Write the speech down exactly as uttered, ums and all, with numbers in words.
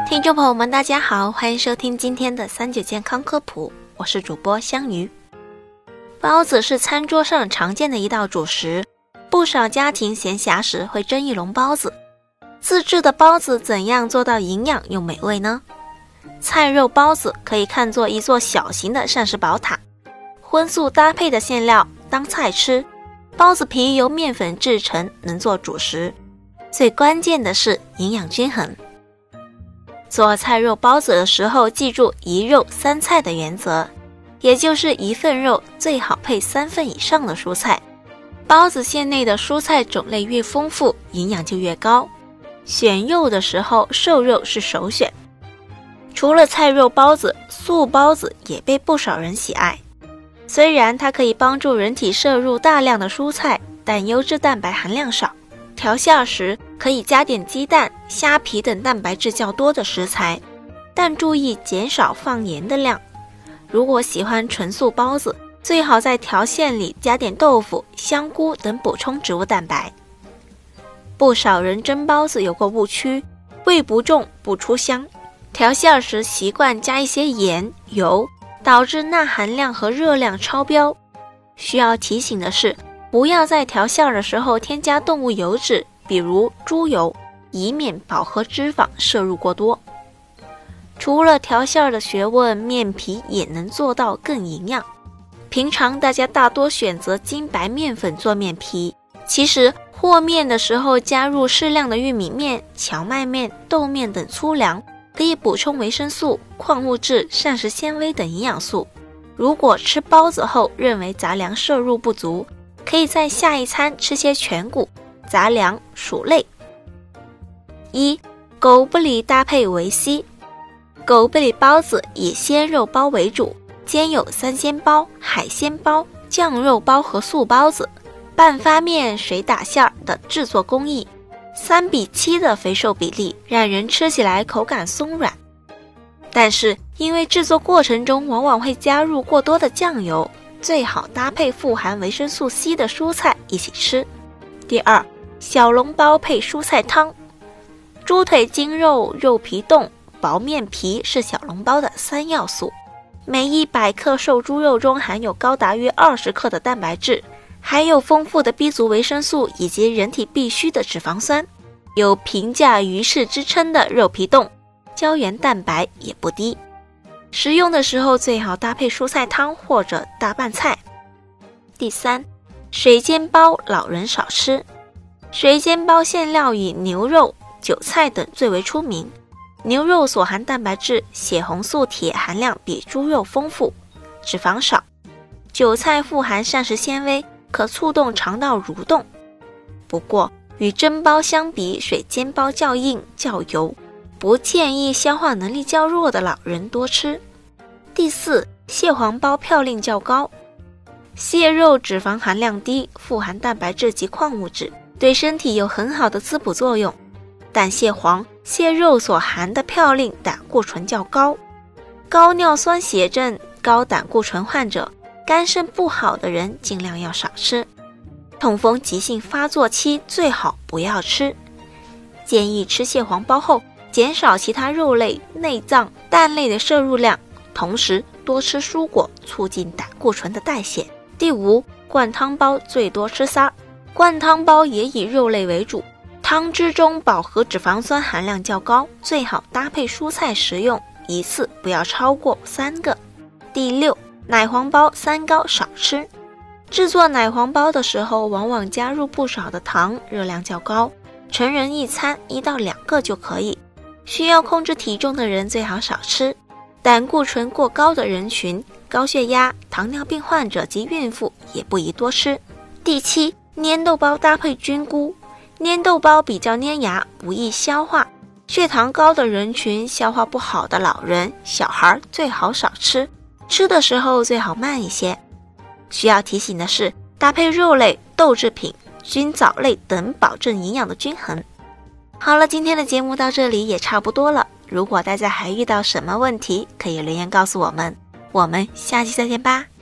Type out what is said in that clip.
听众朋友们大家好，欢迎收听今天的三九健康科普，我是主播香鱼。包子是餐桌上常见的一道主食，不少家庭闲暇时会蒸一笼包子。自制的包子怎样做到营养又美味呢？菜肉包子可以看作一座小型的膳食宝塔，荤素搭配的馅料当菜吃，包子皮由面粉制成，能做主食。最关键的是营养均衡。做菜肉包子的时候，记住一肉三菜的原则，也就是一份肉最好配三份以上的蔬菜。包子馅内的蔬菜种类越丰富，营养就越高。选肉的时候，瘦肉是首选。除了菜肉包子，素包子也被不少人喜爱。虽然它可以帮助人体摄入大量的蔬菜，但优质蛋白含量少。调馅时可以加点鸡蛋、虾皮等蛋白质较多的食材，但注意减少放盐的量。如果喜欢纯素包子，最好在调馅里加点豆腐、香菇等补充植物蛋白。不少人蒸包子有个误区，味不重不出香，调馅时习惯加一些盐、油，导致钠含量和热量超标。需要提醒的是，不要在调馅的时候添加动物油脂，比如猪油，以免饱和脂肪摄入过多。除了调馅的学问，面皮也能做到更营养。平常大家大多选择精白面粉做面皮，其实和面的时候加入适量的玉米面、荞麦面、豆面等粗粮，可以补充维生素、矿物质、膳食纤维等营养素。如果吃包子后认为杂粮摄入不足，可以在下一餐吃些全谷、杂粮、薯类。一、狗不理搭配维 C。 狗不理包子以鲜肉包为主，兼有三鲜包、海鲜包、酱肉包和素包子，半发面、水打馅的制作工艺，三比七的肥瘦比例，让人吃起来口感松软。但是因为制作过程中往往会加入过多的酱油，最好搭配富含维生素 C 的蔬菜一起吃。第二，小笼包配蔬菜汤。猪腿筋肉、肉皮冻、薄面皮是小笼包的三要素。每一百克瘦猪肉中含有高达约二十克的蛋白质，还有丰富的 B 族维生素以及人体必需的脂肪酸，有平价鱼翅之称的肉皮冻，胶原蛋白也不低。食用的时候最好搭配蔬菜汤或者大拌菜。第三，水煎包老人少吃。水煎包馅料以牛肉、韭菜等最为出名。牛肉所含蛋白质、血红素铁含量比猪肉丰富，脂肪少。韭菜富含膳食纤维，可促动肠道蠕动。不过与蒸包相比，水煎包较硬较油，不建议消化能力较弱的老人多吃。第四，蟹黄包嘌呤较高。蟹肉脂肪含量低，富含蛋白质及矿物质，对身体有很好的滋补作用。但蟹黄、蟹肉所含的嘌呤胆固醇较高，高尿酸血症、高胆固醇患者、肝肾不好的人尽量要少吃。痛风急性发作期最好不要吃。建议吃蟹黄包后减少其他肉类、内脏、蛋类的摄入量，同时多吃蔬果，促进胆固醇的代谢。第五，灌汤包最多吃仨。灌汤包也以肉类为主，汤汁中饱和脂肪酸含量较高，最好搭配蔬菜食用，一次不要超过三个。第六，奶黄包三高少吃。制作奶黄包的时候，往往加入不少的糖，热量较高，成人一餐一到两个就可以。需要控制体重的人最好少吃。胆固醇过高的人群、高血压、糖尿病患者及孕妇也不宜多吃。第七，粘豆包搭配菌菇。粘豆包比较粘牙，不易消化，血糖高的人群、消化不好的老人、小孩最好少吃，吃的时候最好慢一些。需要提醒的是，搭配肉类、豆制品、菌藻类等，保证营养的均衡。好了，今天的节目到这里也差不多了。如果大家还遇到什么问题，可以留言告诉我们。我们下期再见吧。